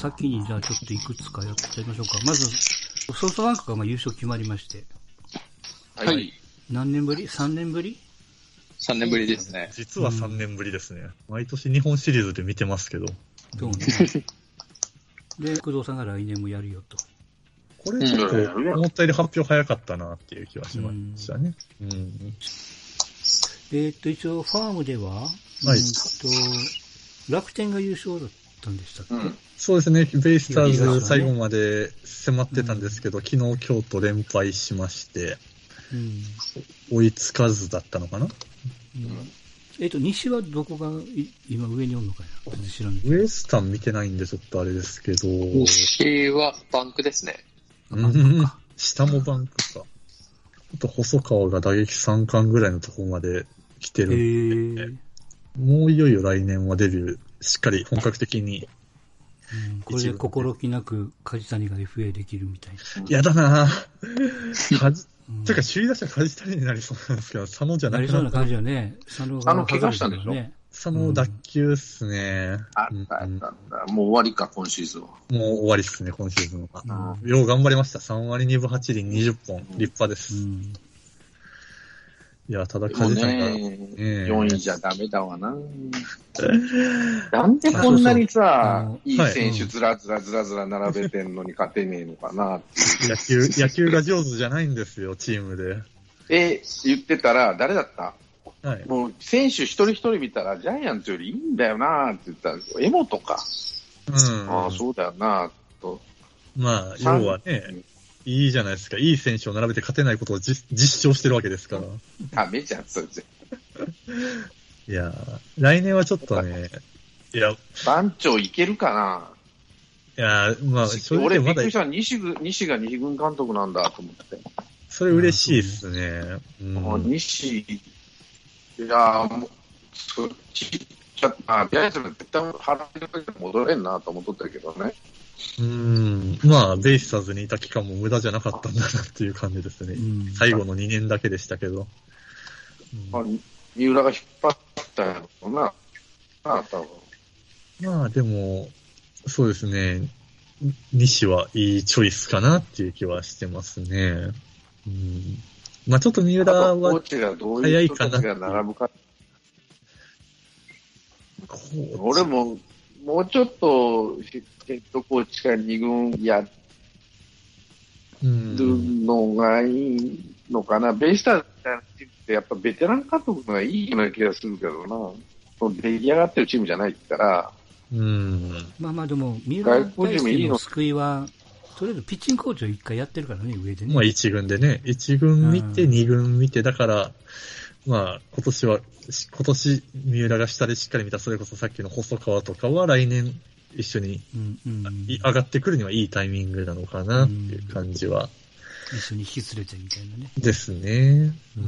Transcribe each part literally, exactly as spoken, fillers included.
先にじゃあちょっといくつかやっちゃいましょうか。まず、ソフトバンクがまあ優勝決まりまして。 はい。何年ぶり ?さん 年ぶり ?さん 年ぶりですね。 実はさんねんぶりですね。うん、毎年日本シリーズで見てますけど。 どうね。で、工藤さんが来年もやるよと。 これちょっと思ったより発表早かったなっていう気はしましたね。うん。うん、 えっと、一応ファームでは、はい、うんと楽天が優勝だったんでしたっけ、うん、 そうですね。ベイスターズ最後まで迫ってたんですけど、うん、昨日京都連敗しまして、うん、追いつかずだったのかな、うん、 えっと、西はどこが今上におるのかな知らんけど。ウエスタン見てないんでちょっとあれですけど。 西はバンクですね。 うん、下もバンクか。ちょっと細川が打撃さん冠ぐらいのところまで来てるんで、もういよいよ来年はデビューしっかり本格的に、 うん、これで心置きなく梶谷が エフエー できるみたいな。 やだなぁ。かじ、うん、てか首位打者梶谷になりそうなんですけど、佐野じゃなくなった。 なりそうな感じはね。 佐野が怪我したんでしょ佐野脱臼っすね。 あったあったあった。もう終わりか、今シーズンは。 もう終わりっすね、今シーズンは。うん、よう頑張りました。さんわりにぶはちりんにじゅっぽん。立派です。うん、いや、ただ梶谷が、 ね、よんいじゃダメだわな。なんでこんなにさ、そうそういい選手ずらずらずらずら並べてんのに勝てねえのかなって野球、野球が上手じゃないんですよ、チームで。 え、言ってたら、誰だったはい、もう選手一人一人見たらジャイアンツよりいいんだよなって言ったら江本か、うん、ああそうだよなと。 まあ要はね、いいじゃないですか、いい選手を並べて勝てないことを実証してるわけですから。 ダメじゃんそれ。 いや来年はちょっとね、いや番長いけるかな。 いやまあ正直俺びっくりした西西が二軍監督なんだと思って。 それ嬉しいですね。 うん、西いやもう、そっち、ちょっと、まあ、ビアイスの絶対払ってる時に戻れんなと思っとったけどね。 うーん、まあ、ベイスターズにいた期間も無駄じゃなかったんだなっていう感じですね。最後のにねんだけでしたけど。 まあ、三浦が引っ張ったやろな、なあ、多分。 まあ、でも、そうですね、西はいいチョイスかなっていう気はしてますね。うんまあちょっと三浦は早いかな。 俺ももうちょっとヘッドコーチからに軍やるのがいいのかな。ベイスターズってやっぱベテラン監督のがいいような気がするけどな。出来上がってるチームじゃないから。 うんまあまあでも三浦大輔の救いはとりあえずピッチングコーチを一回やってるからね、上でね。 まあ一軍でね、一軍見て二軍見て、だから、まあ今年は、今年三浦が下でしっかり見た、それこそさっきの細川とかは来年一緒に上がってくるにはいいタイミングなのかなっていう感じは。 一緒に引き連れてみたいなね。 ですね。うん。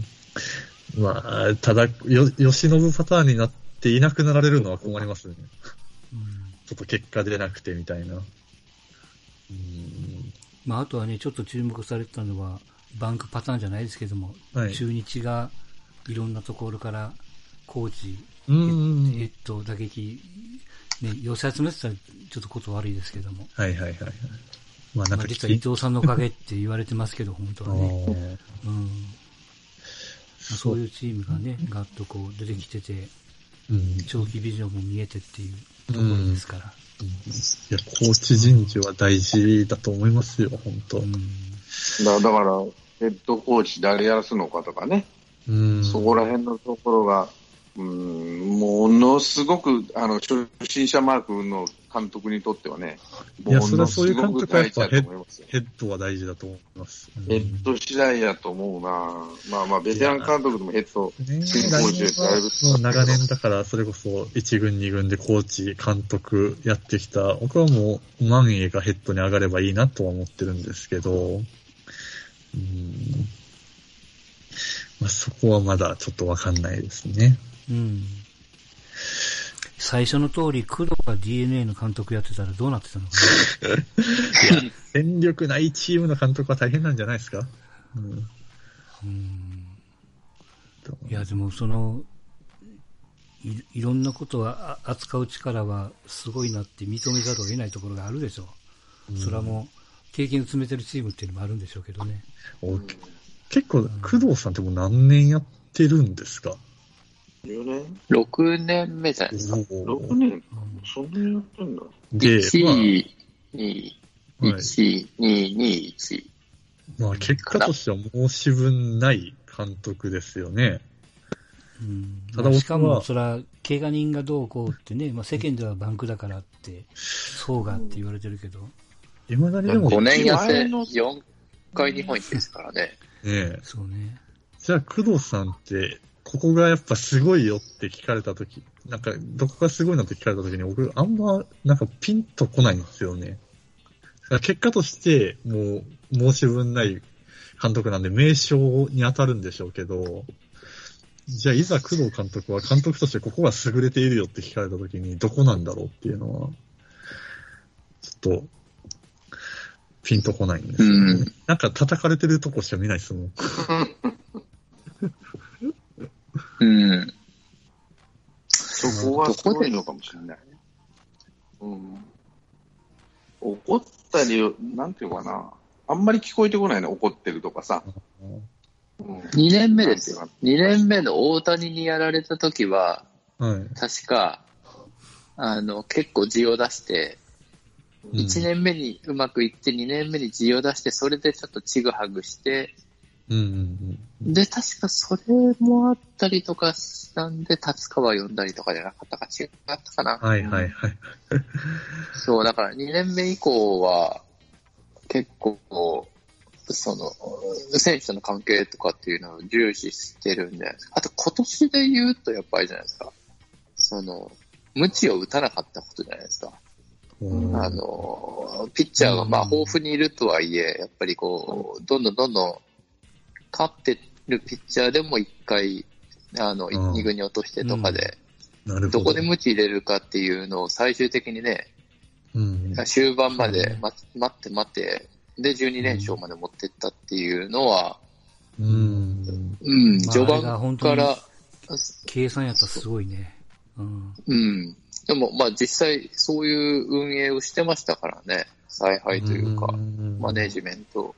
まあ、ただ、よ、吉信パターンになっていなくなられるのは困りますね。うん、ちょっと結果出なくてみたいな。 うんまあ、あとはね、ちょっと注目されてたのは、バンクパターンじゃないですけども、はい、中日がいろんなところからコーチ、ヘッド、打撃、ね、寄せ集めてたらちょっとこと悪いですけども。 はいはいはい、はい。 まあなんか、まあ、実は伊藤さんのおかげって言われてますけど、本当はね。うん、そういうチームがね、ガッとこう出てきてて、うん、長期ビジョンも見えてっていうところですから。 うん、いや、コーチ人事は大事だと思いますよ、本当。うん、 だ, だから、ヘッドコーチ誰やらすのかとかね、うん、そこら辺のところが、うん、ものすごく、あの、初心者マークの監督にとってはね、 いや、それはそういう監督はやっぱヘッ、ヘッドは大事だと思います。 うん、ヘッド次第やと思うな。まあまあ、ベテラン監督でもヘッド、新コーチでだいぶ。 もう長年だから、それこそ一軍二軍でコーチ、監督やってきた、僕はもう、マンエがヘッドに上がればいいなとは思ってるんですけど、うんまあ、そこはまだちょっとわかんないですね。うん、 最初の通り、工藤が ディーエヌエー の監督やってたらどうなってたのかな。 いや、戦力ないチームの監督は大変なんじゃないですか。うん。うんいや、でもその、 い、いろんなことを扱う力はすごいなって認めざるを得ないところがあるでしょう。うん、それはもう、経験を詰めてるチームっていうのもあるんでしょうけどね。 うん、結構、工藤さんってもう何年やってるんですか？ よねん ? ろくねんめじゃないですか。 ろくねん、うん、そんなにやってんだ。 で、いちい、にい、いちい、にい、にい、いちい。 まあ結果としては申し分ない監督ですよね。 うん、ただ、まあ、しかも、それは、怪我人がどうこうってね、まあ世間ではバンクだからって、そうがって言われてるけど。 いまだにでもごねんやってよんかい日本一ですからね。 ねえ。 そうね。 じゃあ、工藤さんって、ここがやっぱすごいよって聞かれたとき、なんか、どこがすごいなって聞かれたときに、僕、あんま、なんかピンとこないんですよね。結果として、もう、申し分ない監督なんで、名称に当たるんでしょうけど、じゃあ、いざ工藤監督は監督としてここが優れているよって聞かれたときに、どこなんだろうっていうのは、ちょっと、ピンとこないんですよね。うん、なんか叩かれてるとこしか見ないですもん。 うん。 そこはすごいのかもしれない。うん。怒ったり、なんていうかな。あんまり聞こえてこないね、怒ってるとかさ。 うん、にねんめですよ。にねんめの大谷にやられた時は、はい、確か、あの、結構字を出して、いちねんめにうまくいって、にねんめに字を出して、それでちょっとちぐはぐして、 うんうんうん、 で、確かそれもあったりとかしたんで、達川呼んだりとかじゃなかったか違ったかな。 はいはいはい。 そう、だからにねんめ以降は、結構、その、選手との関係とかっていうのを重視してるんで、あと今年で言うとやっぱりじゃないですか。その、無知を打たなかったことじゃないですか。あの、ピッチャーがまあ豊富にいるとはいえ、やっぱりこう、どんどんどんどん勝ってるピッチャーでも一回、あの、二軍に落としてとかで、ど, どこで無知入れるかっていうのを最終的にね、うん、終盤まで待って待って、で、じゅうにれんしょうまで持ってったっていうのは、 うん。 うん、序盤から、 計算やったらすごいね。うん。 うん。でも、まあ実際そういう運営をしてましたからね。采配というか、マネジメント。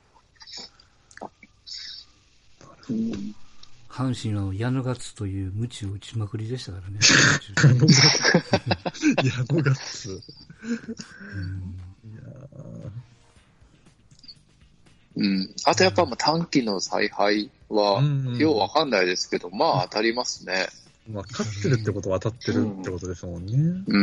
うん、阪神は矢野ガッツという無知を打ちまくりでしたからね。 矢野ガッツ。 うんうん。あとやっぱ短期の采配は、ようわかんないですけど、まあ当たりますね。 まあ勝ってるってことは当たってるってことですもんね。 うん。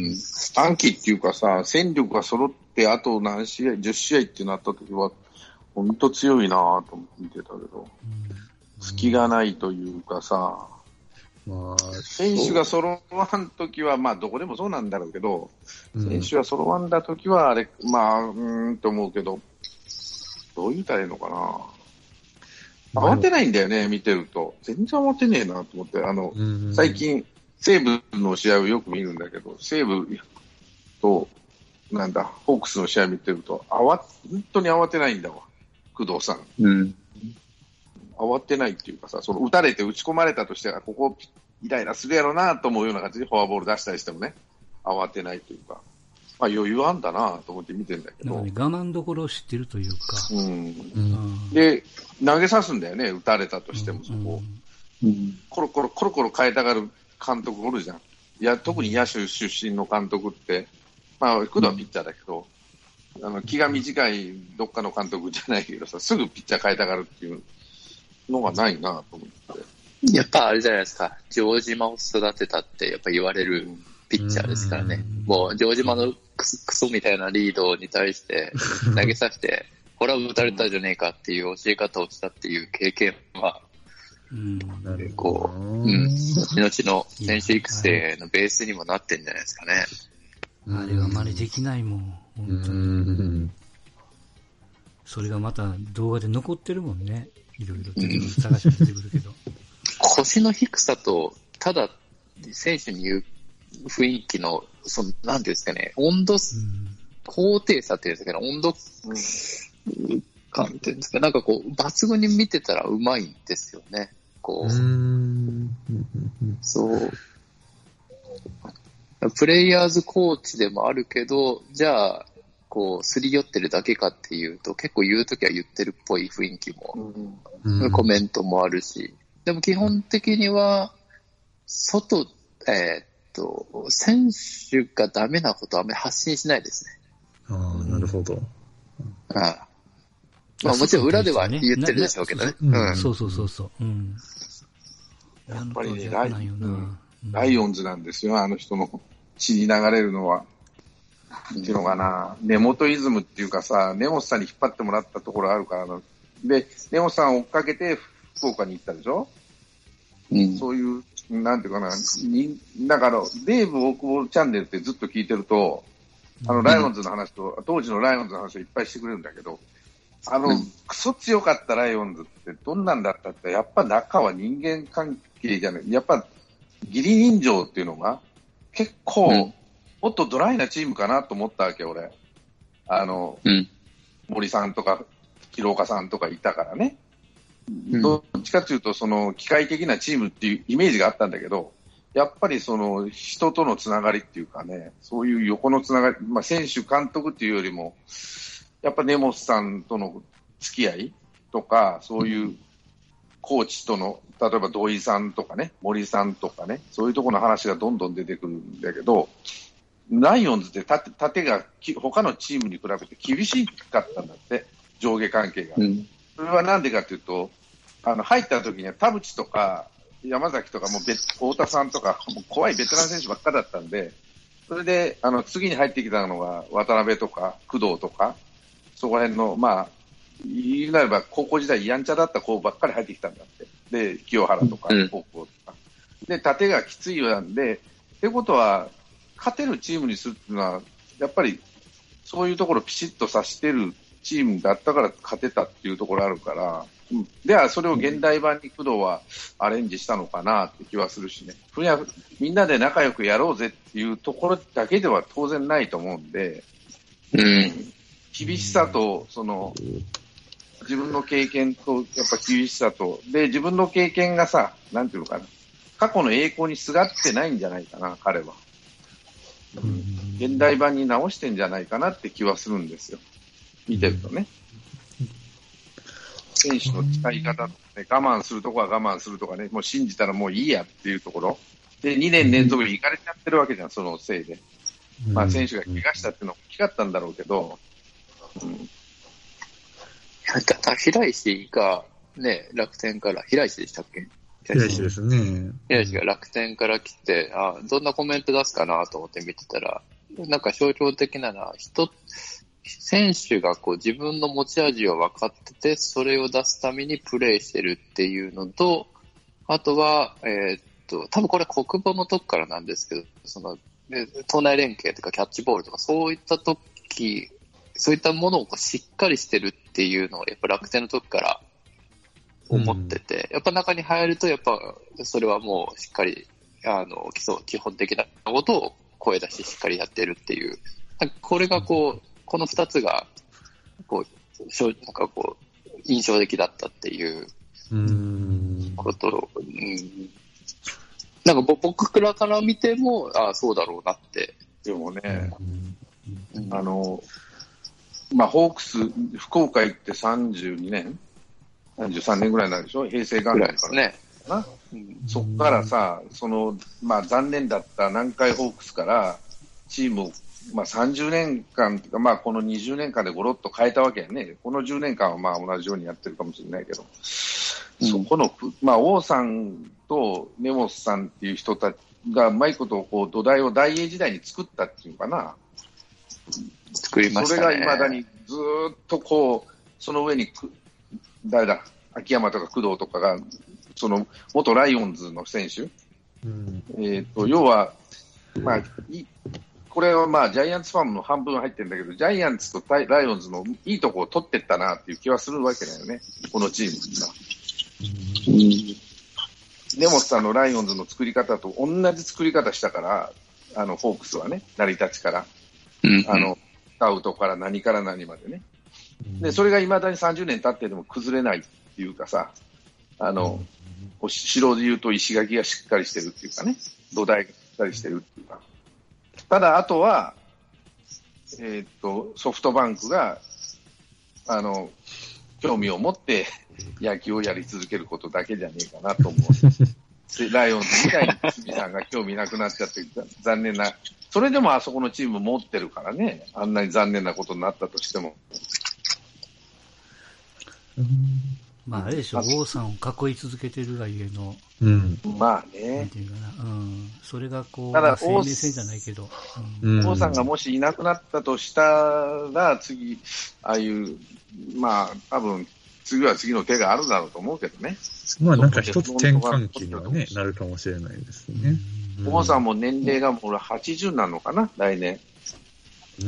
短期っていうかさ、戦力が揃ってあと何試合、じゅっしあいってなった時は、ほんと強いなぁと思って見てたけど、隙がないというかさ、まあ、選手が揃わんときは、まあどこでもそうなんだろうけど、選手が揃わんだときはあれ、まあ、うーんと思うけど、どう言ったらいいのかな。慌てないんだよね、見てると。全然慌てねえなと思って、あの、最近、西武の試合をよく見るんだけど、西武と、なんだ、ホークスの試合見てると、あわ、本当に慌てないんだわ、工藤さん。 うん、 慌てないっていうかさ、その打たれて打ち込まれたとしては、ここイライラするやろなと思うような感じでフォアボール出したりしてもね、慌てないというか。まあ余裕あんだなと思って見てんだけど。 ね、我慢どころを知ってるというか。 うん。うん、で、投げさすんだよね、打たれたとしてもそこ、うんうん。コロコロ、コロコロ変えたがる監督おるじゃん。いや、特に野手出身の監督って、まあ、工藤はピッチャーだけど、うん、あの気が短いどっかの監督じゃないけどさ、すぐピッチャー変えたがるっていうのがないなと思って。 やっぱあれじゃないですか、城島を育てたってやっぱ言われるピッチャーですからね。もう城島のクソ、クソみたいなリードに対して投げさせて、ほら打たれたじゃねえかっていう教え方をしたっていう経験は、うん、こう、うん、後々の選手育成のベースにもなってんじゃないですかね。 あれは真似できないもん、本当に。それがまた動画で残ってるもんね。いろいろ出てくる、探し出てくるけど。 腰の低さと、ただ選手に言う雰囲気の、その、なんていうんですかね、温度、うん、高低差っていうんですかね、温度感っていうんですか、なんかこう、抜群に見てたらうまいんですよね。こう。うーんそう。 プレイヤーズコーチでもあるけど、じゃあ、こう、すり寄ってるだけかっていうと、結構言うときは言ってるっぽい雰囲気も、うん、コメントもあるし、でも基本的には、外、えー、っと、選手がダメなことはあんまり発信しないですね。 ああ、なるほど。 ああ、まあもちろん裏では言ってるでしょうけどね。 うん、そうそうそうそう。うん、 やっぱりね、ライ、うん、ライオンズなんですよ、あの人の血に流れるのは。っていうのかな、根本イズムっていうかさ、根本さんに引っ張ってもらったところあるからな。で、根本さんを追っかけて福岡に行ったでしょ、うん、そういう、なんていうかな、にだから、デーブ大久保チャンネルってずっと聞いてると、あの、ライオンズの話と、うん、当時のライオンズの話をいっぱいしてくれるんだけど、あの、うん、クソ強かったライオンズってどんなんだったって、やっぱ中は人間関係じゃない、やっぱ義理人情っていうのが結構、うん、もっとドライなチームかなと思ったわけ、俺。あの、うん、森さんとか、広岡さんとかいたからね。うん、どっちかというと、その、機械的なチームっていうイメージがあったんだけど、やっぱりその、人とのつながりっていうかね、そういう横のつながり、まあ、選手、監督っていうよりも、やっぱ根本さんとの付き合いとか、そういうコーチとの、例えば土井さんとかね、森さんとかね、そういうところの話がどんどん出てくるんだけど、ライオンズって縦、縦が他のチームに比べて厳しかったんだって、上下関係が。うん、それはなんでかというと、あの入った時には田淵とか山崎とかもう太田さんとかもう怖いベテラン選手ばっかだったんで、それであの次に入ってきたのが渡辺とか工藤とか、そこら辺の、まあ、言うなれば高校時代やんちゃだった子ばっかり入ってきたんだって。で、清原とか高校とか。で、縦がきついなんで、ってことは、勝てるチームにするっていうのは、やっぱりそういうところをピシッとさしてるチームだったから勝てたっていうところあるから、うん、ではそれを現代版に工藤はアレンジしたのかなって気はするしね。みんなで仲良くやろうぜっていうところだけでは当然ないと思うんで、うん、厳しさと、その、自分の経験と、やっぱ厳しさと、で、自分の経験がさ、なんていうのかな、過去の栄光にすがってないんじゃないかな、彼は。うん、現代版に直してんじゃないかなって気はするんですよ。見てるとね。選手の使い方とかね、我慢するとこは我慢するとかね、もう信じたらもういいやっていうところ。で、にねん連続で行かれちゃってるわけじゃん、そのせいで。まあ選手が怪我したっていうのも大きかったんだろうけど、うん。 平石がね、楽天から、平石でしたっけ？ 平石ですね。 平石が楽天から来て、あ、どんなコメント出すかなと思って見てたら、なんか象徴的なのは、人、選手がこう自分の持ち味を分かってて、それを出すためにプレーしてるっていうのと、あとは、えー、っと、多分これ国母の時からなんですけど、その、党内連携とかキャッチボールとかそういった時、そういったものをこうしっかりしてるっていうのをやっぱ楽天の時から思ってて、うん、やっぱ中に入るとやっぱそれはもうしっかりあの基礎基本的なことを声出してしっかりやってるっていう、これがこうこの二つがこうなんかこう印象的だったっていうことを、うん、なんか僕らから見てもああそうだろうなって。 でもね、うん、あのまあ、ホークス、福岡行ってさんじゅうにねん ?さんじゅうさんねんぐらいになるでしょ、平成元年から。ね。うん、そっからさ、その、まあ残念だった南海ホークスからチームを、まあさんじゅうねんかんとか、まあこのにじゅうねんかんでゴロッと変えたわけやね。このじゅうねんかんはまあ同じようにやってるかもしれないけど、うん、そこの、まあ王さんと根本さんっていう人たちがうまいことをこう土台を大英時代に作ったっていうのかな。 作りましたね。 それがいまだにずっとこう、その上にく、誰だ、秋山とか工藤とかが、その元ライオンズの選手、うん、えーと、要は、まあ、いこれはまあジャイアンツファンの半分入ってるんだけど、ジャイアンツとライオンズのいいところを取ってったなっていう気はするわけだよね、このチームが。根本さんのライオンズの作り方と同じ作り方したから、あのホークスはね、成り立ちから。あのスカウトから何から何までね。で、それがいまだにさんじゅうねん経ってでも崩れないっていうかさ、あの、こう白で言うと石垣がしっかりしてるっていうかね、土台がしっかりしてるっていうか、 ただ、あとは、えー、っと、ソフトバンクが、あの、興味を持って野球をやり続けることだけじゃねえかなと思う。ライオンズみたいに堤さんが興味なくなっちゃって残念な、それでもあそこのチーム持ってるからね、あんなに残念なことになったとしても。 うん、まああれでしょ、王さんを囲い続けてるがゆえの、 うん、まあね。 なんていうかな、うん、それがこう、 ただ生命線じゃないけど、 うん、王さんがもしいなくなったとしたら、次、ああいう、まあ多分、次は次の手があるだろうと思うけどね。 まあなんか一つ転換期にはね、なるかもしれないですね。 王さんも年齢がもうはちじゅうなのかな、来年。 うん。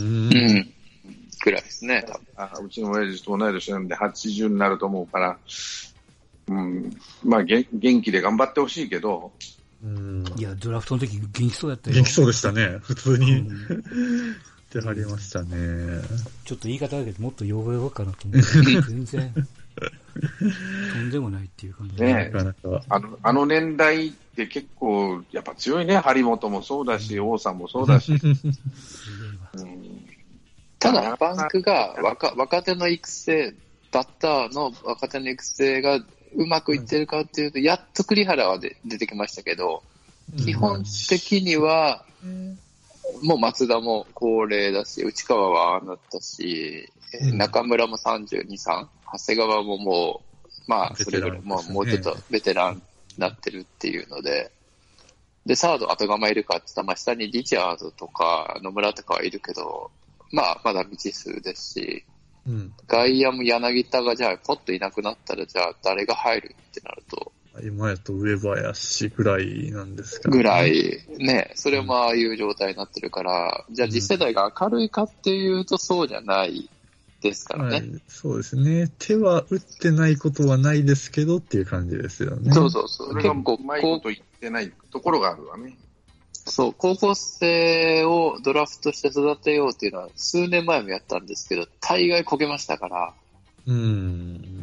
くらいですね。 あうちの親父と同い年なんではちじゅうになると思うから、うん、まあ元気で頑張ってほしいけど。 うん、いや、ドラフトの時元気そうやったよ。 元気そうでしたね、普通に。ってはりましたね。 ちょっと言い方だけど、もっとヨボヨボかなと思って、全然、とんでもないっていう感じね。なかなかあの、あの年代って結構、やっぱ強いね。張本もそうだし、うん、王さんもそうだし。 うん、ただ、バンクが若、若手の育成、バッターの若手の育成がうまくいってるかっていうと、やっと栗原はで出てきましたけど、基本的には、もう松田も高齢だし、内川はああなったし、うん、中村もさんじゅうに、さん、長谷川ももう、まあ、それぐらい、もう、もうちょっとベテランになってるっていうので、で、サード後釜いるかって言ったら、まあ、下にリチャードとか野村とかはいるけど、まあ、まだ未知数ですし、うん、外野も柳田がじゃあ、ポッといなくなったら、じゃあ、誰が入るってなると、 今やと上林ぐらいなんですかね。 ぐらい。ね。それもああいう状態になってるから、うん、じゃあ次世代が明るいかっていうとそうじゃないですからね。はい、 そうですね。手は打ってないことはないですけどっていう感じですよね。 そうそうそう。 結構うまいこと言ってないところがあるわね。 そう。高校生をドラフトして育てようっていうのは数年前もやったんですけど、大概こけましたから。 うん。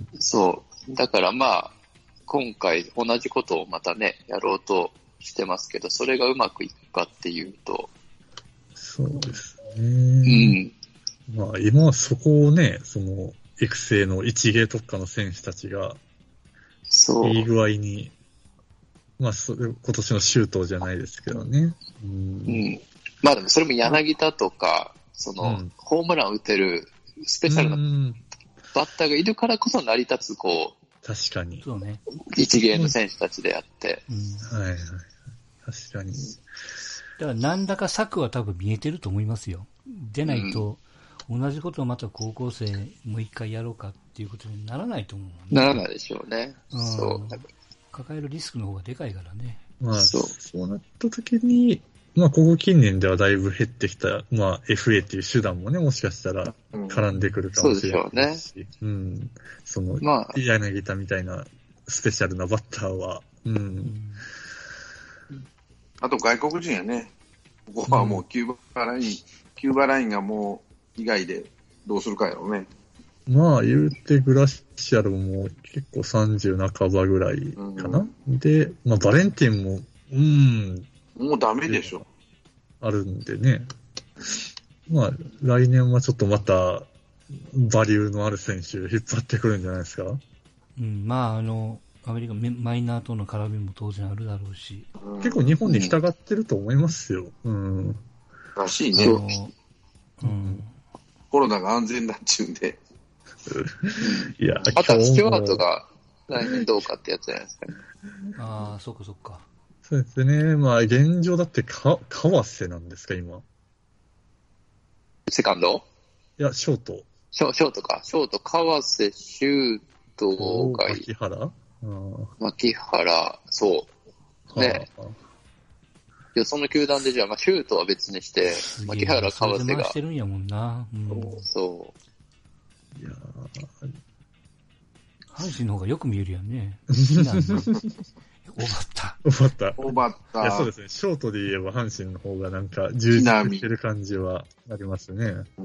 そう。だからまあ、今回同じことをまたね、やろうとしてますけど、それがうまくいくかっていうと。 そうですね。うん。まあ今はそこをね、その育成の一芸特化の選手たちが、そう。いい具合に、まあそ今年の周東じゃないですけどね。 うん。うん、まあでもそれも柳田とか、その、うん、ホームラン打てるスペシャルなバッターがいるからこそ成り立つ、こう、 確かに。 そうね。 一芸の選手たちであって。 うん、はいはい。確かに。だから何らか策は多分見えてると思いますよ。でないと、うん、同じことをまた高校生もう一回やろうかっていうことにならないと思う、ね。 ならないでしょうね。 うん、そう。抱えるリスクの方がでかいからね。 まあ、そう。そうなった時に、まあ、ここ近年ではだいぶ減ってきた、まあ、エフエー っていう手段もね、もしかしたら絡んでくるかもしれないし。うん、そうでしょうね。うん。その、まあ、柳田みたいなスペシャルなバッターは、うん。うん、 あと外国人やね。ここはもうキューバライン、うん、キューバラインがもう以外でどうするかやろうね。 まあ、言うてグラシアルも結構さんじゅう半ばぐらいかな。うん、で、まあ、バレンティンも、うん。 もうダメでしょ。 あるんでね。まあ、来年はちょっとまた、バリューのある選手引っ張ってくるんじゃないですか。 うん、まあ、あの、アメリカマイナーとの絡みも当然あるだろうし。 結構日本に従ってると思いますよ。うん。 うん、らしいね。うん。コロナが安全だっちゅうんで。 いや、 あとはスチュワートが来年どうかってやつじゃないですかね。 ああ、そっかそっか。 そうですね。まあ、現状だってか、川瀬なんですか、今。 セカンド？ いや、ショート。 ショ、ショートか。ショート、川瀬、シュートがいい。 牧原？ 牧原、そう。ね。いや、その球団でじゃあ、まあ、シュートは別にして、牧原、川瀬が。 してるんやもんな。うん、 そう。 いや阪神の方がよく見えるやんね。オーバッタ。 オーバッタ。 オーバッタ。 いや、そうですね。ショートで言えば阪神の方がなんか充実してる感じはありますね。うん、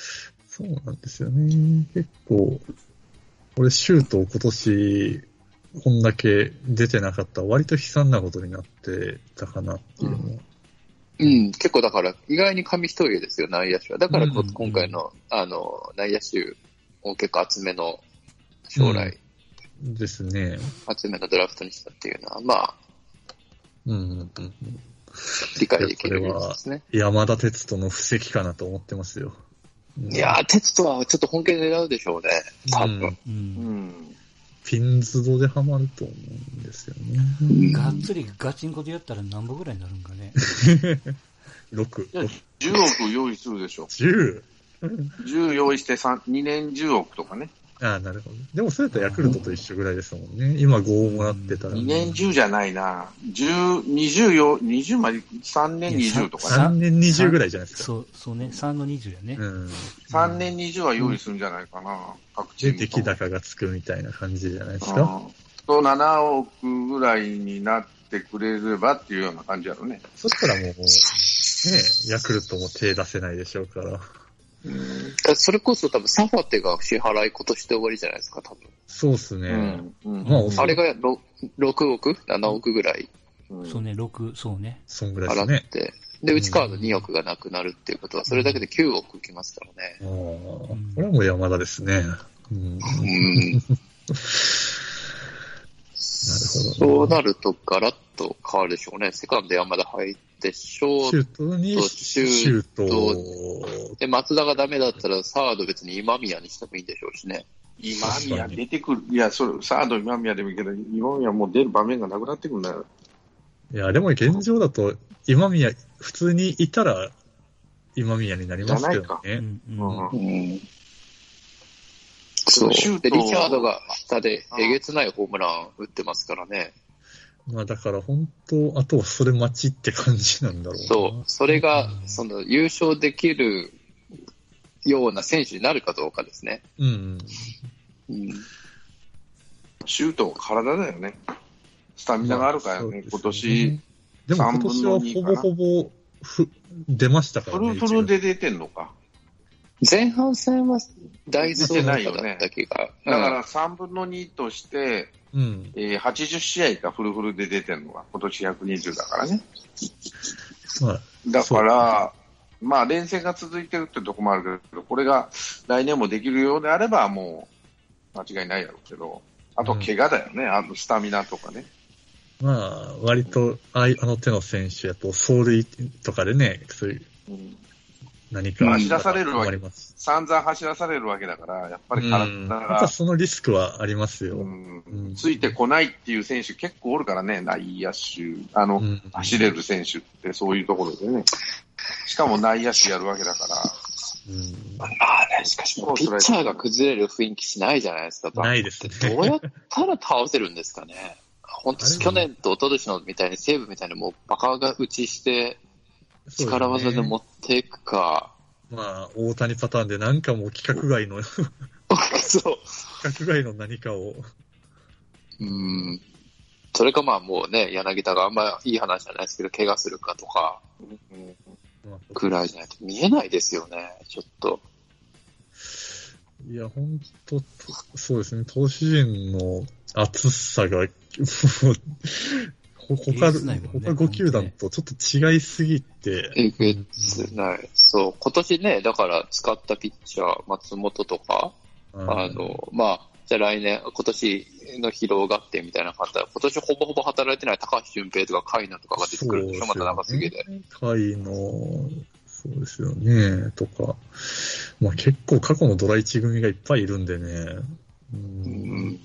そうなんですよね。結構、俺シュートを今年、 こんだけ出てなかったら割と悲惨なことになってたかなっていうのも。 うん、うん、結構だから意外に紙一重ですよ、内野手は。だからこ、うん、今回の、あの、内野手を結構厚めの将来、 うん、ですね。 厚めのドラフトにしたっていうのは、まあ、 うんうんうん、 理解できるですね。 山田哲人の布石かなと思ってますよ。 うん、いやー、哲人はちょっと本気で狙うでしょうね、多分。 うんうんピンズドでハマると思うんですよね。 うん、がっつりガチンコでやったら何本ぐらいになるんかね。 ろく。 じゅうおく用意するでしょ。 じゅう? じゅう用意してにねんじゅうおくとかね。 ああ、なるほど。でもそれとヤクルトと一緒ぐらいですもんね。今ごもらってたら、ね。 にねんじゅうじゃないな。じゅう、にじゅうよ、にじゅうまで、さんねんにじゅうとかね。 さんねんにじゅうぐらいじゃないですか。 そう、そうね。さんのにじゅうやね。うん。 さんねんにじゅうは用意するんじゃないかな。うん、各チーム。 で、出来高がつくみたいな感じじゃないですか。うん、 とななおくぐらいになってくれればっていうような感じやろね。 そしたらもう、ね、ヤクルトも手出せないでしょうから。 うん、それこそ多分サファテが支払い今年で終わりじゃないですか、多分。 そうっすね。 うんうんまあ、あれが ろくおく ?なな 億ぐらい。 うん、そうね、ろく、そうね。 そんぐらいですね。 払って。で、内川のにおくがなくなるっていうことは、それだけできゅうおくきますからね。 うん、これはもう山田ですね。うん。うんなるほど、ね。 そうなるとガラッと変わるでしょうね。セカンド山田入ってショートにシュートで松田がダメだったらサード別に今宮にしてもいいんでしょうしね。 今宮出てくる。いや、それサード今宮でもいいけど、今宮もう出る場面がなくなってくるんだよ。 いや、でも現状だと今宮普通にいたら今宮になりますけどね。うんうんうんそう。で、リチャードが下でえげつないホームラン打ってますからね。 まあだから本当、あとはそれ待ちって感じなんだろうな。 そう。それが、その優勝できるような選手になるかどうかですね。 うん。うん、 シュート体だよね。スタミナがあるからね、まあ、今年。 でも今年はほぼほぼふ出ましたからね。 フルフルで出てんのか。 前半戦は大丈夫だった気が、 ねうん。だからさんぶんのにとして、うんえー、はちじゅっしあいかフルフルで出てるのが今年ひゃくにじゅうだからね。まあ、だから、まあ連戦が続いてるってとこもあるけど、これが来年もできるようであればもう間違いないやろうけど、あと怪我だよね、うん、あのスタミナとかね。 まあ割とあの手の選手やと走塁とかでね、そういう、うん何か走らされるわけ、散々走らされるわけだから、やっぱり体が、うん、 またそのリスクはありますよ、 うんうん。ついてこないっていう選手結構おるからね、内野手、あの、うん、走れる選手ってそういうところでね。しかも内野手やるわけだから。 うん、まあね、しかしもうピッチャーが崩れる雰囲気しないじゃないですか。 ないですね。 どうやったら倒せるんですかね。本当去年と一昨年のみたいに西武みたいにもうバカが打ちして、力技で持っていくか。 ね、まあ、大谷パターンでなんかもう規格外の、そう。規格外の何かを。 うん。それかまあもうね、柳田があんまいい話じゃないですけど、怪我するかとか、くらいじゃないと見えないですよね、ちょっと。 いや、ほんと、そうですね、投手陣の厚さが、他、ね、他ご球団とちょっと違いすぎて。 えげつない。そう。今年ね、だから使ったピッチャー、松本とか、うん、あの、まあ、じゃあ来年、今年の疲労合併みたいな感じで、今年ほぼほぼ働いてない高橋俊平とか海野とかが出てくるんでしょ、また長すぎで。 海野、そうですよね、とか。まあ結構過去のドラいち組がいっぱいいるんでね。うん。うん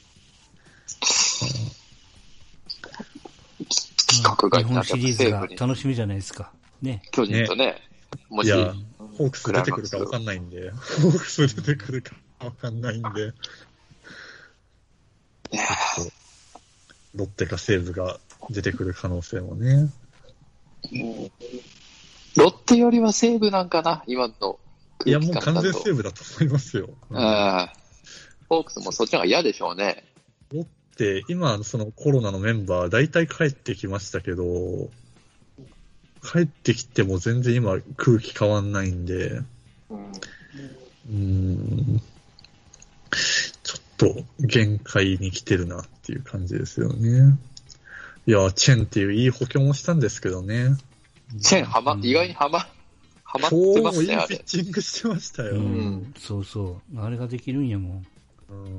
規格外になって日本シリーズが楽しみじゃないですか。ね。 巨人とね。ねもし、いや、ホークス出てくるか分かんないんで、ホークス出てくるか分かんないんで、ロッテか西武が出てくる可能性もね。 ロッテよりは西武なんかな、今の空気感だと。いや、もう完全西武だと思いますよ。 うん、あホークスもそっちの方が嫌でしょうね。 ロッテ、今、そのコロナのメンバー、大体帰ってきましたけど、帰ってきても全然今空気変わんないんで、うん、うーんちょっと限界に来てるなっていう感じですよね。いや、チェンっていういい補強もしたんですけどね。 チェンはま、うん、意外にはま、はまってますね、 今日もいいピッチングしてましたよ。 うん、そうそう。あれができるんやもん。うん。うん、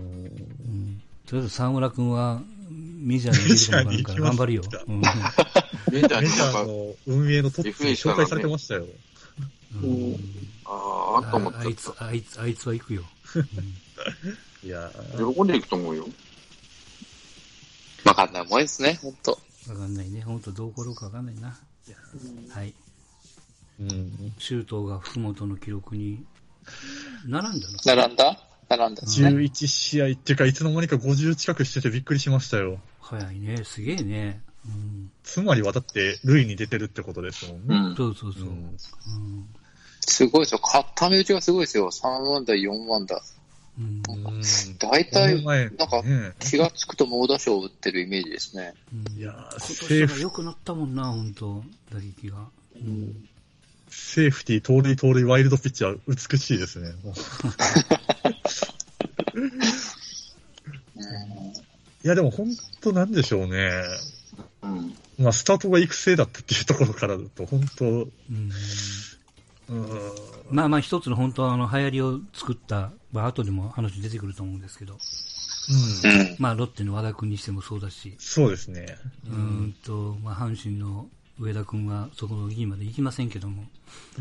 とりあえず沢村くんはメジャーに行けるから頑張るよ。うん、メジャーの運営のトップに紹介されてましたよ。 うん、ああ、と思って。 あいつ、あいつ、あいつは行くよ。うん、いや喜んでいくと思うよ。 わかんないもんですね、ほんと。 わかんないね。ほんとどう転ぶかわかんないな。うん、はい。うん。周東が福本の記録に並んだの並んだ並んだ、ね。 じゅういち試合っていうか、いつの間にかごじゅう近くしててびっくりしましたよ。 早いね。すげえね。うん、 つまりはだって、塁に出てるってことですもんね。 うん、そうそうそう。うん、 すごいですよ。固め打ちがすごいですよ。さんアンダー、よんアンダー。うん、大体、なんか、気がつくと猛打賞を打ってるイメージですね。 うん、いや今年は良くなったもんな、本当打撃が。うん、 セーフティー、盗塁、盗塁、ワイルドピッチは美しいですね。いや、でも本当なんでしょうね。うん、まあ、スタートが育成だったっていうところからだと、本当、うんうん、まあまあ一つの本当はあの流行りを作った、まあ後でも話出てくると思うんですけど、うん、まあロッテの和田君にしてもそうだし、 そうですね。 うん、うんと、まあ阪神の上田君はそこの議員まで行きませんけども、うん、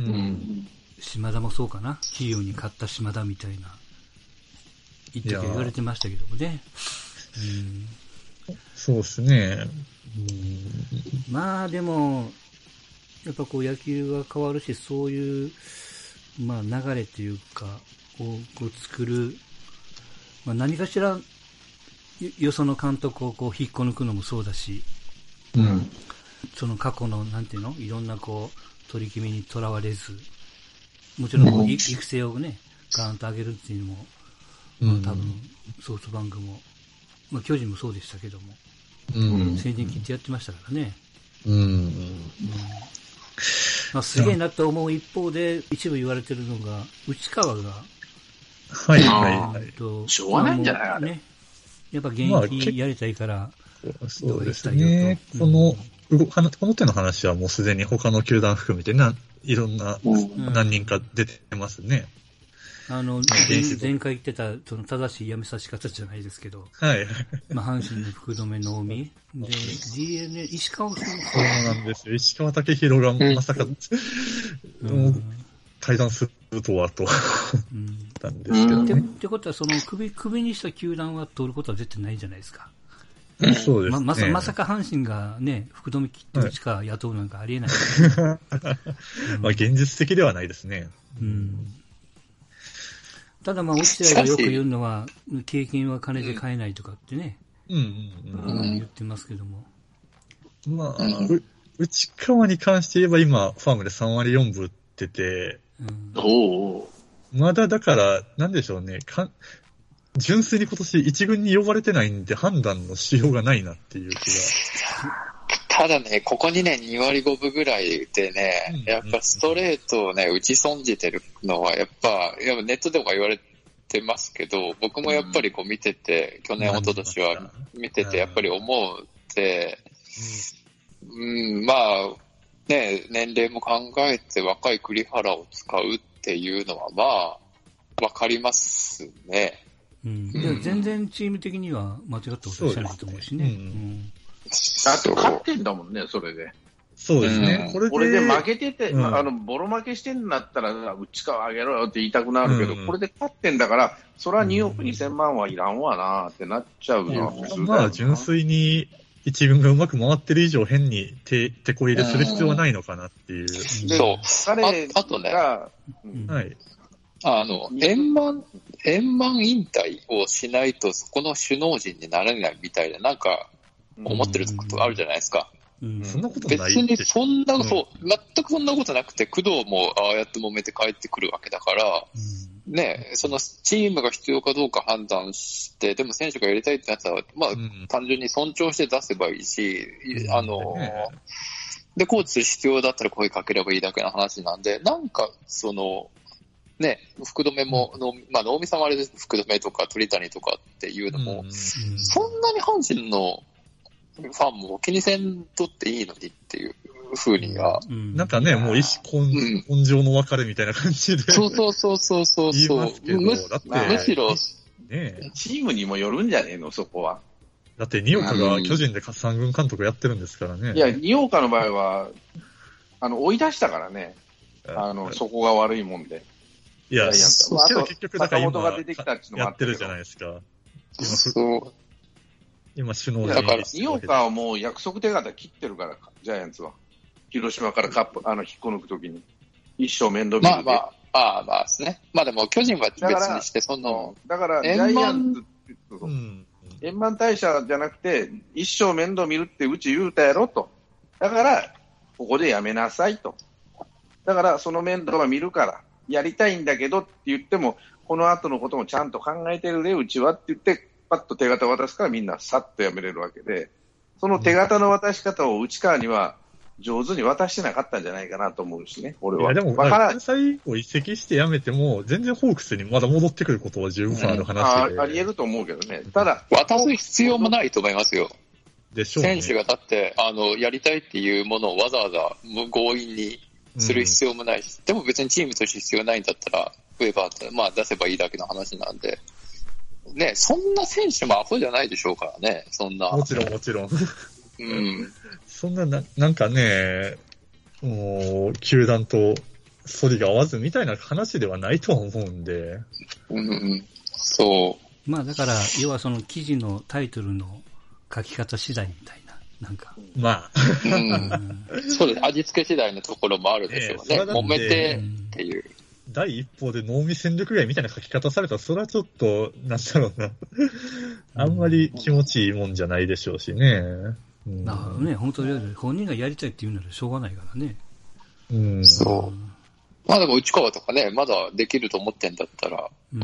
島田もそうかな、企業に買った島田みたいな、言って言われてましたけどもね。 うん、そうですね。 うん、まあでも、やっぱこう野球が変わるし、そういう、まあ流れというか、をこう作る、まあ何かしら、よその監督をこう引っこ抜くのもそうだし、うん、その過去の、なんていうの、いろんなこう、取り決めにとらわれず、もちろんこう、うん、育成をね、ガーンと上げるっていうのも、まあ多分、ソフトバンクも、まあ巨人もそうでしたけども、うん、先陣切ってやってましたからね。うんうんうんまあ、すげえなと思う一方で、一部言われてるのが、内川が、 はいはいはい。 しょうがないんじゃないあれ。 ね。やっぱ現役やりたいから、まあ、そうですね。この、うん、この手の話はもうすでに他の球団含めてな、いろんな、うん、何人か出てますね。 あの、前回言ってた、その正しい辞めさし方じゃないですけど、 はい。 まあ、阪神の福留能見で、ディーエヌエー、石川選手。 そうなんですよ。石川武宏がまさか、うん、もう、退団するとはと、うん、たんですけどね。 って、ってことは、その首、首にした球団は取ることは絶対ないじゃないですか。 そうですね。ま、 まさ、まさか阪神がね、福留切ってしか雇うなんかありえない。 はいうん、まあ、現実的ではないですね。うんただまあ、落合がよく言うのは、経験は金で買えないとかってね、うんうんうん、言ってますけども。 まあ、う内川に関して言えば今、ファームでさんわりよんぶ打ってて、うん、まだだから、なんでしょうね、か純粋に今年一軍に呼ばれてないんで判断のしようがないなっていう気が。 ただね、ここにね、にわりごぶぐらいでね、うんうん、やっぱストレートをね、打ち損じてるのは、やっぱ、やっぱネットでも言われてますけど、僕もやっぱりこう見てて、うん、去年、一昨年は見てて、やっぱり思うって、うん、うん、まあ、ね、年齢も考えて若い栗原を使うっていうのは、まあ、わかりますね。 うん、いや全然チーム的には間違ったことはしてないと思うしね。うんうんだって勝ってんだもんね、それで。 そうですね。 うん、これで、これで負けてて、うん、あの、ボロ負けしてんだったら、内川上げろよって言いたくなるけど、うん、これで勝ってんだから、それはにおくにせんまんはいらんわなってなっちゃうのは普通だよな。 まあ、純粋に一軍がうまく回ってる以上、変に手、手こ入れする必要はないのかなっていう。 そう。彼あとね、はい。あの、円満、円満引退をしないと、そこの首脳陣になれないみたいな、なんか、思ってることあるじゃないですか。 うん、そんなことない別にそんな、うん、そう、全くそんなことなくて、工藤もああやって揉めて帰ってくるわけだから、うん、ね、そのチームが必要かどうか判断して、でも選手がやりたいってなったら、まあ、うん、単純に尊重して出せばいいし、うん、あの、ね、で、コーチ必要だったら声かければいいだけの話なんで、なんか、その、 ね、福留も、のまあ、能見さんはあれです、福留とか鳥谷とかっていうのも、うん、そんなに阪神のファンも気にせんとっていいのにっていう風には。 うん、なんかね、もう一根、根性の別れみたいな感じで。 そうそうそうそうそう。 言いますけど、 むだって、 まあ、むしろ、 ね、チームにもよるんじゃねえの、そこは。 だって、二岡が巨人で三軍監督やってるんですからね。 いや、二岡の場合は、あの、追い出したからね。あの、そこが悪いもんで。 いや、そうけど結局、だから今、 が出てきたっていうのもやってるじゃないですか。 今、そう。 今、首脳だから、二岡はもう約束手形切ってるから、ジャイアンツは。広島からカップ、あの、引っこ抜くときに。一生面倒見る。 まあまあ、ああまあですね。まあでも、巨人は別にして、その、 だから、ジャイアンツって、うん、円満退社じゃなくて、一生面倒見るってうち言うたやろと。だから、ここでやめなさいと。だから、その面倒は見るから、やりたいんだけどって言っても、この後のこともちゃんと考えてるで、うちはって言って、パッと手形渡すからみんなさっとやめれるわけで、その手形の渡し方を内川には上手に渡してなかったんじゃないかなと思うしね、俺は。 いやでも、だから最後移籍してやめても、全然ホークスにまだ戻ってくることは十分ある話で、 うん、あ, あり得ると思うけどね。ただ、 渡す必要もないと思いますよ。 でしょうね。 選手がだって、あの、やりたいっていうものをわざわざ強引にする必要もないし、うん、でも別にチームとして必要ないんだったら、ウェーバーって、まあ出せばいいだけの話なんで、ね、そんな選手もアホじゃないでしょうからね、そんな。 もちろんもちろん。 うん。 そんなな、なんかね、もう、球団と反りが合わずみたいな話ではないとは思うんで。 うん、そう。 まあだから、要はその記事のタイトルの書き方次第みたいな、なんか。 まあ。 うん、そうです。味付け次第のところもあるでしょうね。揉めてっていう。 第一報で能見戦力外みたいな書き方されたら、それはちょっと、なんだろうな。あんまり気持ちいいもんじゃないでしょうしね。 うん、ああね、本当に本人がやりたいって言うならしょうがないからね。 うん。 そう。まあでも内川とかね、まだできると思ってんだったら、 うん。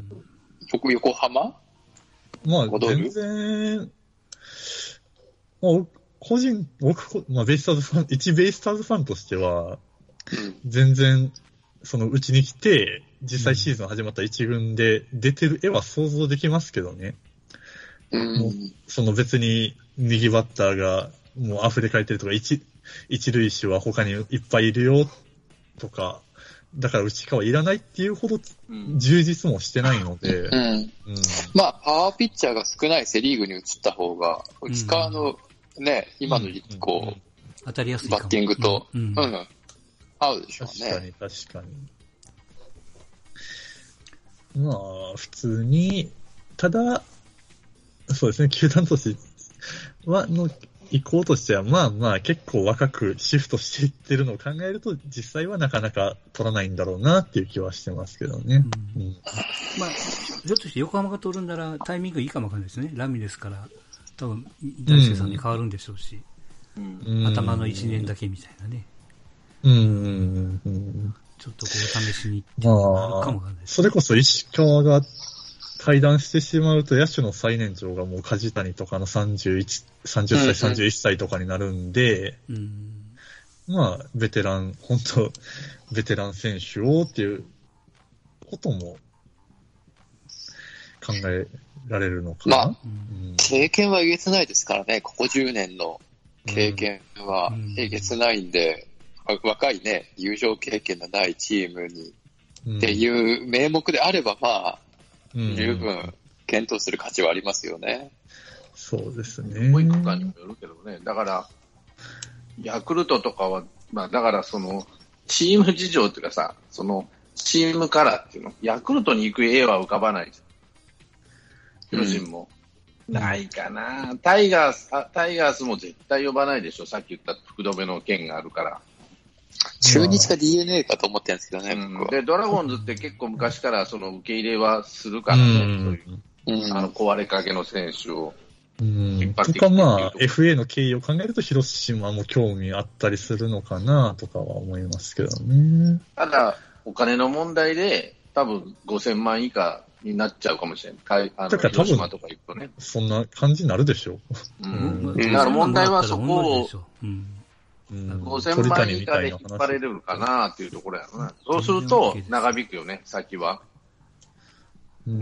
僕、横浜まあ、全然、まあ、個人、僕、まあ、ベイスターズファン、一ベイスターズファンとしては、 うん、 全然、そのうちに来て、実際シーズン始まった一軍で出てる絵は想像できますけどね。 うん、 もうその別に右バッターがもう溢れ返ってるとか、一、一塁手は他にいっぱいいるよとか、だから内川いらないっていうほど充実もしてないので。 うん。うん、まあ、パワーピッチャーが少ないセリーグに移った方が、内川のね、うん、今のこう、うん、 当たりやすいかもバッティングと、 うん。 うん、合うでしょうね。 確かに、確かに。まあ、普通に、ただ、そうですね、球団としては、の意向としては、まあまあ結構若くシフトしていってるのを考えると、実際はなかなか取らないんだろうなっていう気はしてますけどね。 うんうん、まあ、ひょっとして横浜が取るんならタイミングいいかもわかんないですね。ラミレスから、多分、大輔さんに変わるんでしょうし、うん、頭のいちねんだけみたいなね。 うんうんうん、 ちょっとこう試しにっていうのがあるかもわかんないです、ね。 それこそ石川が退団してしまうと野手の最年長がもう梶谷とかのさんじゅういち、さんじゅっさい、さんじゅういっさいとかになるんで、 うんうん、 まあ、ベテラン、本当ベテラン選手をっていうことも考えられるのかな。まあ、 うん、経験はえげつないですからね、ここじゅうねんの経験はえげつないんで、うん、若いね、優勝経験のないチームに、うん、っていう名目であれば、まあ、十分検討する価値はありますよね。 そうですね。 保育館にもよるけどね。だから、ヤクルトとかは、まあだからその、チーム事情っていうかさ、その、チームカラーっていうの、ヤクルトに行く絵は浮かばないじゃん。巨人も。うん、ないかな。タイガース、あ、タイガースも絶対呼ばないでしょ。さっき言った福留の件があるから。 中日か ディーエヌエー かと思ってるんですけどね、 うん、で、ドラゴンズって結構昔からその受け入れはするからね、うん、そういう、あの壊れかけの選手を引っ張ってきて、うん、とかまあ エフエー の経緯を考えると広島も興味あったりするのかなとかは思いますけどね。 ただお金の問題で多分ごせんまん以下になっちゃうかもしれない。あのだから多分広島とか行くとね。 そんな感じになるでしょう。 うんうん、だから問題はそこを、 うん、 ごせんまん以下で引っ張れるかなっていうところやろな。そうすると、長引くよね、先は。うん、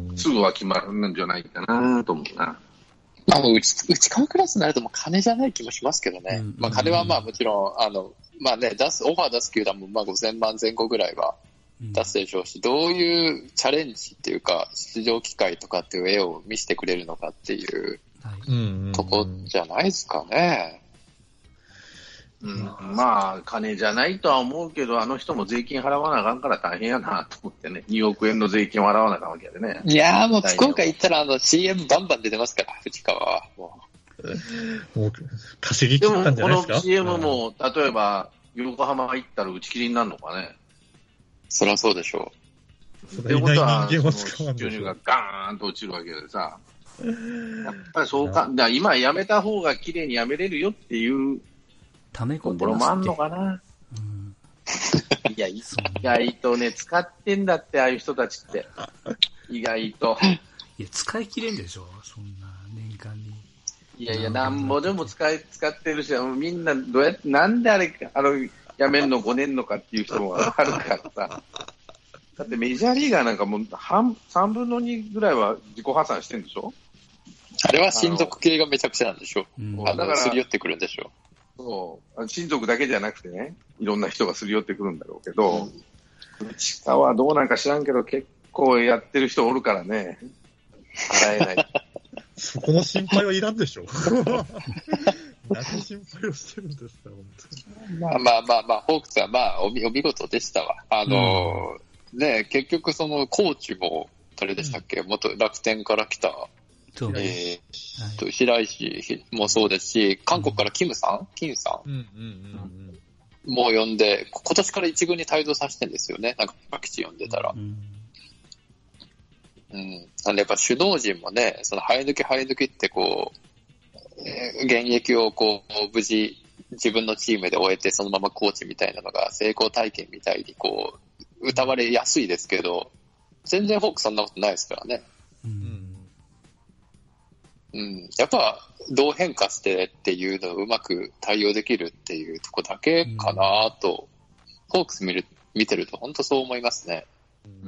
すぐは決まるんじゃないかなと思うな。 あの、うち、うち買うクラスになるともう金じゃない気もしますけどね。うん、まあ金はまあもちろん、あの、まあね、出す、オファー出す球団もまあごせんまんぜん後ぐらいは出すでしょうし、うん、どういうチャレンジっていうか、出場機会とかっていう絵を見せてくれるのかっていうとこじゃないですかね。 うん、まあ、金じゃないとは思うけど、あの人も税金払わなあかんから大変やなと思ってね、におくえんの税金を払わなあかんわけでね。 いやーもう福岡行ったらあの シーエム バンバン出てますから、藤川は。もう、もう稼ぎ切ったんじゃないですか。 でもこの シーエム も、例えば、横浜行ったら打ち切りになるのかね。 そりゃそうでしょう。ってことは、その収入がガーンと落ちるわけでさ。やっぱりそうか、だ今やめた方が綺麗にやめれるよっていう、 溜め込んでますって。ところもあんのかな。うん、いや、意外とね、使ってんだって、ああいう人たちって。意外と。 いや、使い切れんでしょ、そんな、年間に。 いやいや、なんぼでも使い、使ってるし、みんな、どうやって、なんであれ、あの、やめんのごねんのかっていう人もあるからさ。だってメジャーリーガーなんかもう、半、さんぶんのにぐらいは自己破産してんでしょ。 あれは親族系がめちゃくちゃなんでしょ。うん、あの、すり寄ってくるんでしょ。 そう。親族だけじゃなくてね、いろんな人がすり寄ってくるんだろうけど、うん、内川はどうなんか知らんけど、結構やってる人おるからね、払えない。 そこの心配はいらんでしょ。何心配をしてるんですか、本当に。 まあまあまあまあ、ホークスはまあお見、お見事でしたわ。あの、うん、ね、結局そのコーチも、誰でしたっけ、うん、元楽天から来た。そうね、えーはい、白石もそうですし、韓国からキムさん、キムさん、うんうんうんうん、もう呼んで、今年から一軍に帯同させてるんですよね、なんか各地呼んでたら。うんうん、なんでやっぱ首脳陣もね、その生え抜き生え抜きってこう、えー、現役をこう無事自分のチームで終えてそのままコーチみたいなのが成功体験みたいにこう歌われやすいですけど、全然ホークそんなことないですからね。うんうん、やっぱどう変化してっていうのをうまく対応できるっていうとこだけかなと、うん、ホークス見る見てると本当そう思いますね。うん、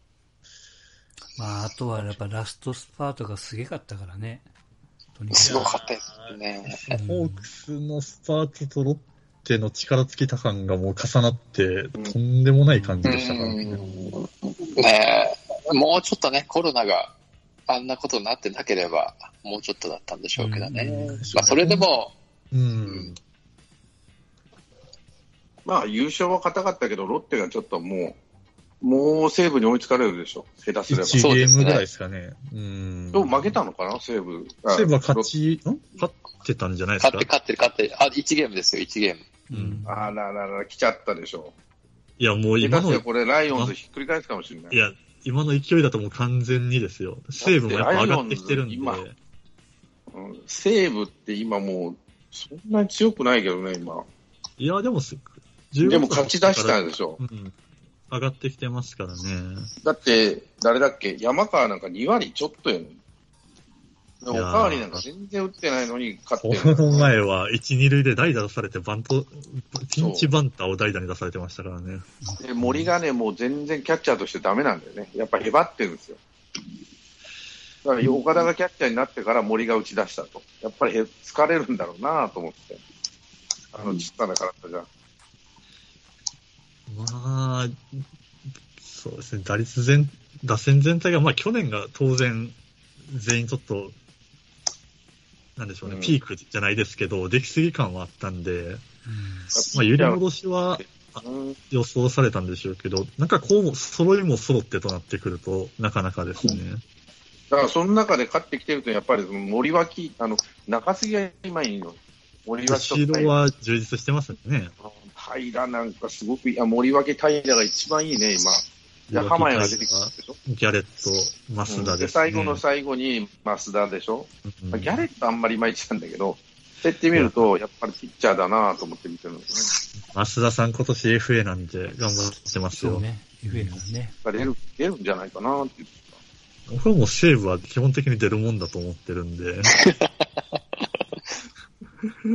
まああとはやっぱラストスパートがすげかったからね。 すごかったですね。 ホークスのスパートとロッテの力尽きた感がもう重なってとんでもない感じでしたからね。うん、 ねえ、もうちょっとねコロナがあんなことになってなければもうちょっとだったんでしょうけどね。うん、まあそれでも、うんうん、 まあ優勝は硬かったけどロッテがちょっともうもう西武に追いつかれるでしょ。下手すれば。 いちゲームぐらいですかね。うん。 でも負けたのかな西武。 西武は勝ち、ん勝ってたんじゃないですか。 勝って勝って勝ってあいちゲームですよいちゲーム。 うん。あららら来ちゃったでしょ。 いやもう今のこれライオンズひっくり返すかもしれない。 いや。今の勢いだともう完全にですよ。西武もやっぱ上がってきてるんで。今、うん、 西武って今もう、そんなに強くないけどね、今。 いや、でも、 でも勝ち出したでしょ。うん。 上がってきてますからね。 だって、誰だっけ山川なんかにわりちょっとやねん。おかわりなんか全然打ってないのに勝ってる。 この前はいち、に塁で代打出されてバント、ピンチバンターを代打に出されてましたからね。 で森がね、もう全然キャッチャーとしてダメなんだよね。やっぱへばってるんですよ。だから岡田がキャッチャーになってから森が打ち出したと。やっぱりへ疲れるんだろうなと思って。あのちっさな体じゃ。 まあ、そうですね。打率全、打線全体が、まあ去年が当然全員ちょっと、なんでしょうね、うん、ピークじゃないですけど、出来すぎ感はあったんで、うん、まあ、揺り戻しは予想されたんでしょうけど、なんかこうも、揃いも揃ってとなってくると、なかなかですね。 だから、その中で勝ってきてると、やっぱり森脇、あの、中継ぎが今いいの。 森脇と。後ろは充実してますね。 平なんかすごくいい、あ、森脇平が一番いいね、今。で、浜谷が出てきたでしょ。 ギャレット、増田ですね、うん、で、 最後の最後に増田でしょ。うん、ギャレットあんまりいまいちなんだけど、そうやって見ると、やっぱりピッチャーだなと思って見てるんですね。 増田さん今年 エフエー なんで頑張ってますよ。 そうね。エフエー なんね。 出る、出るんじゃないかなって言ってた。僕はもう西武は基本的に出るもんだと思ってるんで。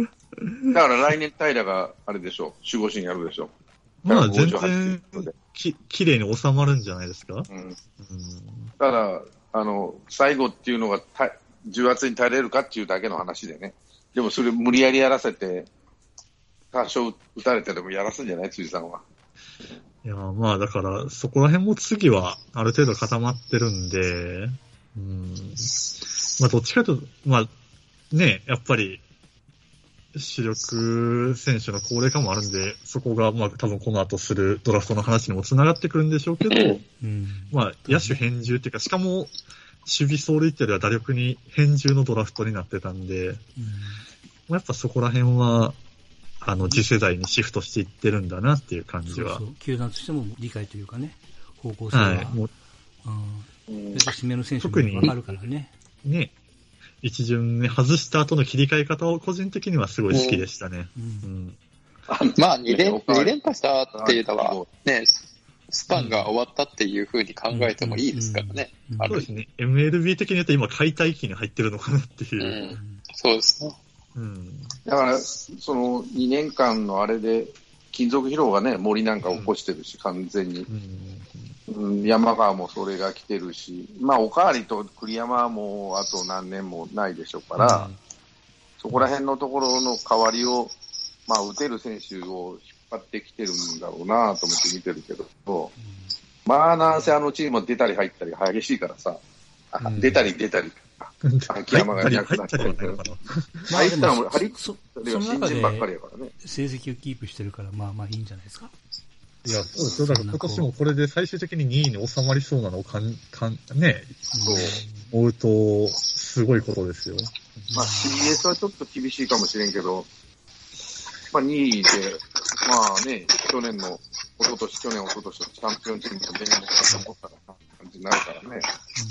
だから来年平があれでしょう、守護神やるでしょう。 まあ全然き、きれいに収まるんじゃないですか。うん。うん、 ただ、あの、最後っていうのが重圧に耐えれるかっていうだけの話でね。でもそれ無理やりやらせて、多少打たれてでもやらすんじゃない辻さんは。 いや、まあだから、そこら辺も次はある程度固まってるんで、うん。まあどっちかというと、まあ、ね、やっぱり、主力選手の高齢化もあるんで、そこがまあ多分この後するドラフトの話にもつながってくるんでしょうけど、うん、まあ野手偏重っていうか、しかも守備走塁っていうよりは打力に偏重のドラフトになってたんで、うん、やっぱそこら辺は、あの次世代にシフトしていってるんだなっていう感じは。そうそう、 球団としても理解というかね、方向性は。はい、もう、うん。それと指名の選手も分かるからね。 ね。一巡目外した後の切り替え方を個人的にはすごい好きでしたね。うんうん、まあに連、二連覇したっていうのは、ね、スパンが終わったっていう風に考えてもいいですからね。 うんうんうん、そうですね。エムエルビー 的に言うと今解体期に入ってるのかなっていう。 うん、そうですね。 うん、だから、そのにねんかんのあれで、金属疲労がね、森なんか起こしてるし、うん、完全に、うんうん。山川もそれが来てるし、まあ、おかわりと栗山はもうあと何年もないでしょうから、うん、そこら辺のところの代わりを、まあ、打てる選手を引っ張ってきてるんだろうなと思って見てるけど、うん、まあ、なんせあのチームは出たり入ったり激しいからさ、うん、出たり出たり。秋山がいなくなっちゃうから。 まあでも、ハリックスでは新人ばっかりやからね。成績をキープしてるから、まあまあいいんじゃないですか。 いや、そうですよ。だから今年もこれで最終的ににいに収まりそうなのをかん、かん、ね、そう思うと、すごいことですよ。 まあ シーエス はちょっと厳しいかもしれんけど、まあにいで、まあね、去年の、一昨年、去年、一昨年のチャンピオンチームのベンチが残ったらな感じになるからね。うん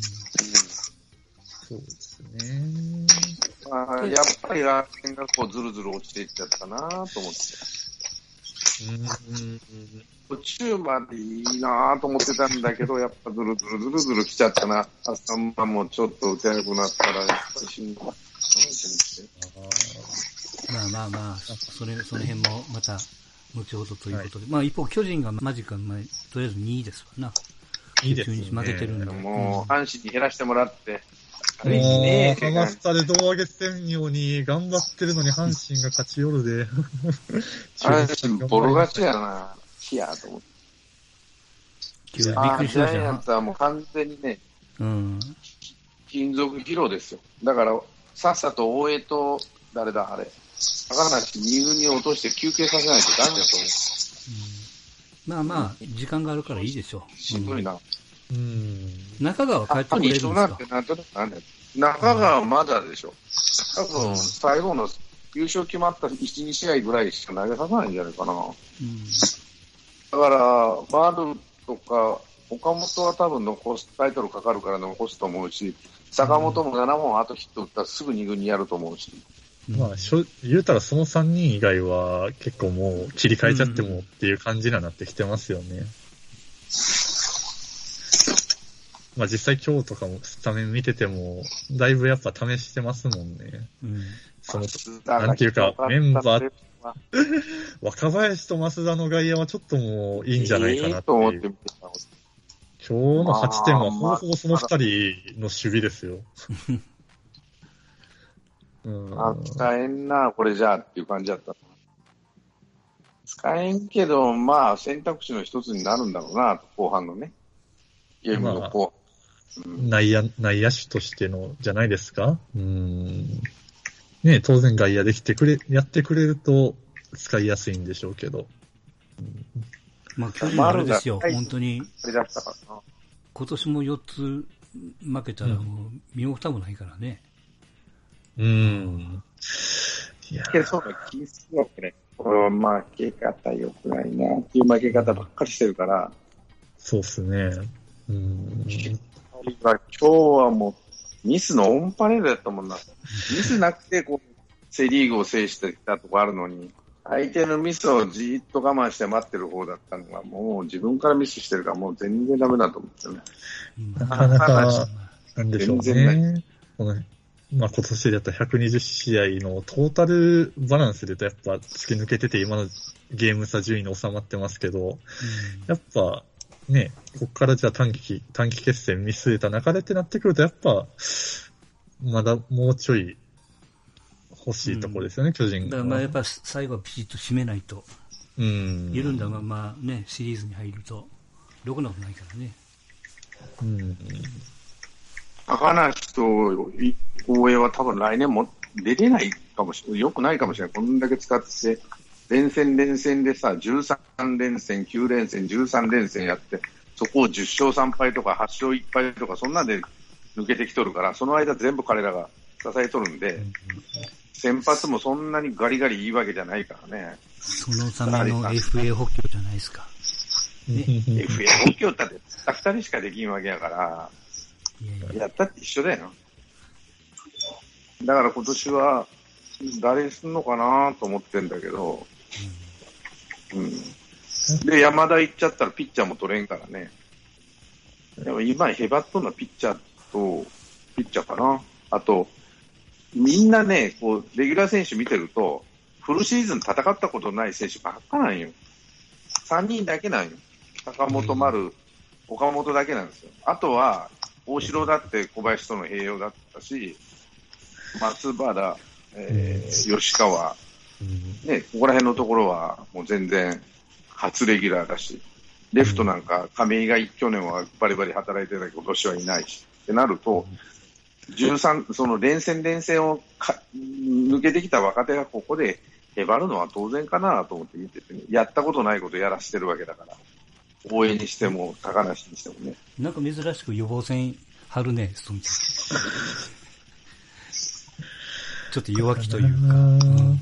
そうですね。 まあ、やっぱり楽天がこうずるずる落ちていっちゃったなと思って。うん途中までいいなと思ってたんだけど、やっぱずるずるずるずる来ちゃったな。あさんばんもちょっと打てなくなったら、やっぱりしんどいなと思って。 まあまあまあ、それ、その辺もまた、後ほどということで。はい、まあ一方、巨人がマジックは、まあ、とりあえずにいですわな。 いいですね。 負けてるんだもう、阪神に減らしてもらって。 もう、ハマスタで胴上げせんように頑張ってるのに阪神が勝ち寄るで。 阪神ボロ勝ちやな。いやと思って。びっくりしました。ジャイアンツはもう完全にね、うん、金属疲労ですよ。だから、さっさと大江と、誰だ、あれ。高梨に軍に落として休憩させないとダメだと思う。 うん、まあまあ、時間があるからいいでしょう。 しんどいな。うんうん、中川帰ってこれるんですか？ 中川まだでしょ。多分、最後の優勝決まったいち、に試合ぐらいしか投げさせないんじゃないかな。うん、だから、丸とか、岡本は多分残す、タイトルかかるから残すと思うし、坂本もななほんあとヒット打ったらすぐに軍にやると思うし。 うん、まあ、しょ言うたらそのさんにん以外は結構もう切り替えちゃってもっていう感じにはなってきてますよね。うんまあ実際今日とかもスタメン見てても、だいぶやっぱ試してますもんね。うん、その、なんていうか、メンバー、若林と増田の外野はちょっともういいんじゃないかなっていう。今日のはちてんはほぼほぼそのふたりの守備ですよ。 うん、あ、使えんな、これじゃあっていう感じだった。使えんけど、まあ選択肢の一つになるんだろうな、後半のね。ゲームの後半。 内野、内野手としての、じゃないですか？うん。ね当然外野できてくれ、やってくれると使いやすいんでしょうけど。 うん、まあ、巨人はあれですよ、本当に。今年もよっつ負けたらもう身も蓋もないからね。 うん。 いやー。そうだ、気にするわけね。これは負け方良くないなっていう負け方ばっかりしてるから。 そうっすね。うん。 今日はもうミスのオンパレードやったもんな。ミスなくてこうセリーグを制してきたとこあるのに、相手のミスをじーっと我慢して待ってる方だったのが、もう自分からミスしてるからもう全然ダメだと思ってね。 なかなか、なんでしょうね。このまあ今年でやったひゃくにじゅう試合のトータルバランスで言うとやっぱ突き抜けてて今のゲーム差順位に収まってますけど、うん、やっぱね、ここからじゃあ短期、短期決戦見据えた中でってなってくるとやっぱ、まだもうちょい欲しいところですよね、うん、巨人が。 だからまあやっぱ最後はピチッと締めないと、うん、緩んだままね、シリーズに入ると、ろくなことないからね。 うん。高梨と大江は多分来年も出れないかもしれない。よくないかもしれない。こんだけ使って、連戦連戦でさ、じゅうさん連戦、きゅう連戦、じゅうさん連戦やって、そこをじゅっ勝さん敗とかはち勝いっ敗とか、そんなんで抜けてきとるから、その間全部彼らが支えとるんで、先発もそんなにガリガリいいわけじゃないからね。 そのための エフエー 補強じゃないですか。 ね、エフエー 補強ってふたりしかできんわけやから、いやいややったって一緒だよ。だから今年は誰すんのかなと思ってんだけど、うん、うん。で、山田行っちゃったらピッチャーも取れんからね。でも今ヘバットなピッチャーと、ピッチャーかな。あと、みんなね、こう、レギュラー選手見てると、フルシーズン戦ったことない選手ばっかなんよ。さんにんだけなんよ。坂本丸、岡本だけなんですよ。あとは、大城だって小林との併用だったし、松原、えー、吉川、ね、ここら辺のところはもう全然初レギュラーだし、レフトなんか亀井が去年はバリバリ働いてたけど今年はいないしってなると、じゅうさん、その連戦連戦をか抜けてきた若手がここでへばるのは当然かなと思って言ってて、ね、やったことないことやらせてるわけだから、応援にしても高梨にしてもね。 なんか珍しく予防線張るね、ストンちゃん。ちょっと弱気というか、うん、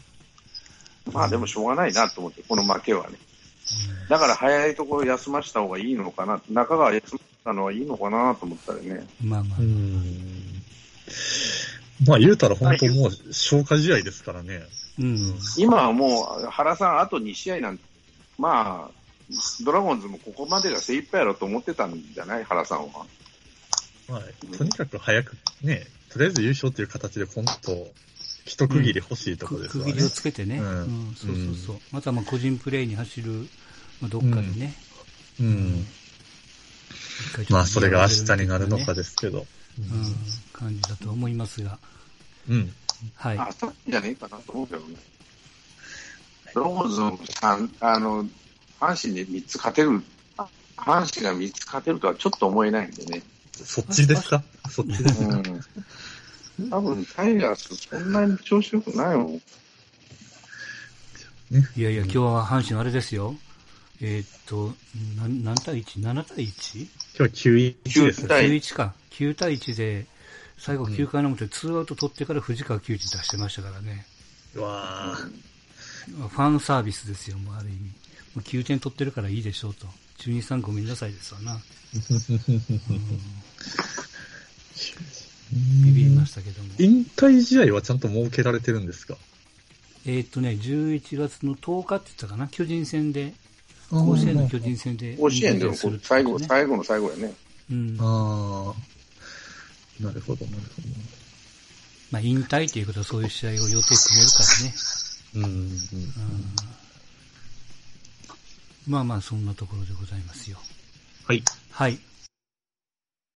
まあでもしょうがないなと思って、この負けはね、うん、だから早いところ休ました方がいいのかな、中川休まのはいいのかなと思ったらね。 まあまあ、 うん、まあ言うたら本当もう消化試合ですからね、 うん、 今はもう原さんあとに試合なんて、まあドラゴンズもここまでが精一杯やろと思ってたんじゃない、原さんは。 まあ、とにかく早くね、とりあえず優勝という形でポンと一区切り欲しいところですよね、 うん、区切りをつけてね、うんうん、そうそうそう、うん、またまあ個人プレーに走る、まあ、どっかでね、 うん、うん、まあそれが明日になるのかですけど、 うんうん、感じだと思いますが、 うん、 はい、明日じゃねえかなと思うけどね。ドラゴンズのあの阪神でみっつ勝てる、阪神がみっつ勝てるとはちょっと思えないんでね。 そっちですか？そっちですか？ うん、多分タイガースそんなに調子良くないもん。 いやいや、今日は阪神あれですよ。えー、っと、何、何対 いち？ なな 対 いち？ 今日きゅういちです。 きゅういちか。きゅう対いちで、最後きゅうかいの表でツーアウト取ってから藤川球児出してましたからね。 うわー。ファンサービスですよ、もうある意味。もうきゅうてん取ってるからいいでしょうと。じゅうにさんごめんなさいですわな。うん、ビビりましたけども。 引退試合はちゃんと設けられてるんですか？ えー、っとね、じゅういちがつのとおかって言ったかな、巨人戦で、甲子園の巨人戦で、 甲子園でも最後、最後の最後やね。 うん。 ああ、なるほど、なるほど。 まあ、引退ということはそういう試合を予定組めるからね。 うん、うん、うん。 まあまあ、そんなところでございますよ。 はい。 はい。